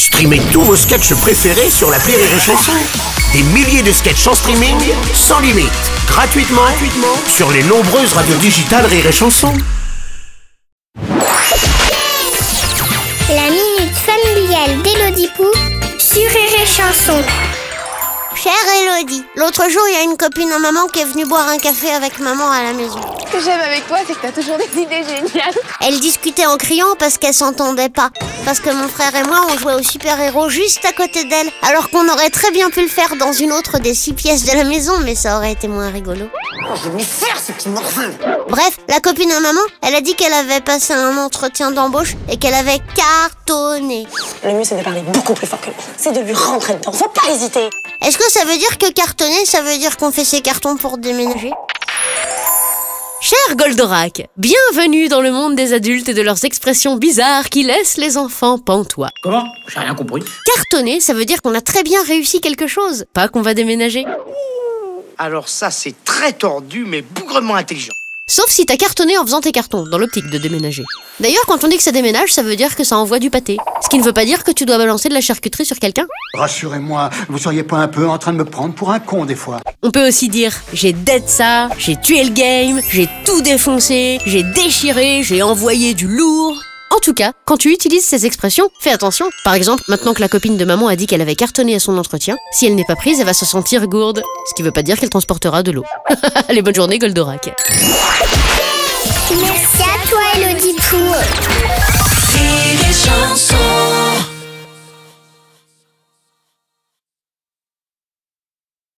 Streamez tous vos sketchs préférés sur l'appli Rire et Chanson. Des milliers de sketchs en streaming, sans limite, gratuitement sur les nombreuses radios digitales Rire et Chanson. La minute familiale d'Élodie Pou sur Rire et Chanson. Chère Élodie, l'autre jour, il y a une copine à maman qui est venue boire un café avec maman à la maison. Ce que j'aime avec toi, c'est que t'as toujours des idées géniales. Elle discutait en criant parce qu'elle s'entendait pas. Parce que mon frère et moi, on jouait au super-héros juste à côté d'elle. Alors qu'on aurait très bien pu le faire dans une autre des 6 pièces de la maison, mais ça aurait été moins rigolo. Je vais lui faire ce petit morveux. Bref, la copine à maman, elle a dit qu'elle avait passé un entretien d'embauche et qu'elle avait cartonné. Le mieux, c'est de parler beaucoup plus fort que lui. C'est de lui rentrer dedans, faut pas hésiter. Est-ce que ça veut dire que cartonner, ça veut dire qu'on fait ses cartons pour déménager ? Cher Goldorak, bienvenue dans le monde des adultes et de leurs expressions bizarres qui laissent les enfants pantois. Comment ? J'ai rien compris. Cartonner, ça veut dire qu'on a très bien réussi quelque chose, pas qu'on va déménager. Alors ça, c'est très tordu, mais bougrement intelligent. Sauf si t'as cartonné en faisant tes cartons, dans l'optique de déménager. D'ailleurs, quand on dit que ça déménage, ça veut dire que ça envoie du pâté. Ce qui ne veut pas dire que tu dois balancer de la charcuterie sur quelqu'un. Rassurez-moi, vous seriez pas un peu en train de me prendre pour un con des fois? On peut aussi dire « j'ai dead ça, j'ai tué le game, j'ai tout défoncé, j'ai déchiré, j'ai envoyé du lourd ». En tout cas, quand tu utilises ces expressions, fais attention. Par exemple, maintenant que la copine de maman a dit qu'elle avait cartonné à son entretien, si elle n'est pas prise, elle va se sentir gourde. Ce qui veut pas dire qu'elle transportera de l'eau. Allez, bonne journée, Goldorak. Merci à toi, Élodie Pou.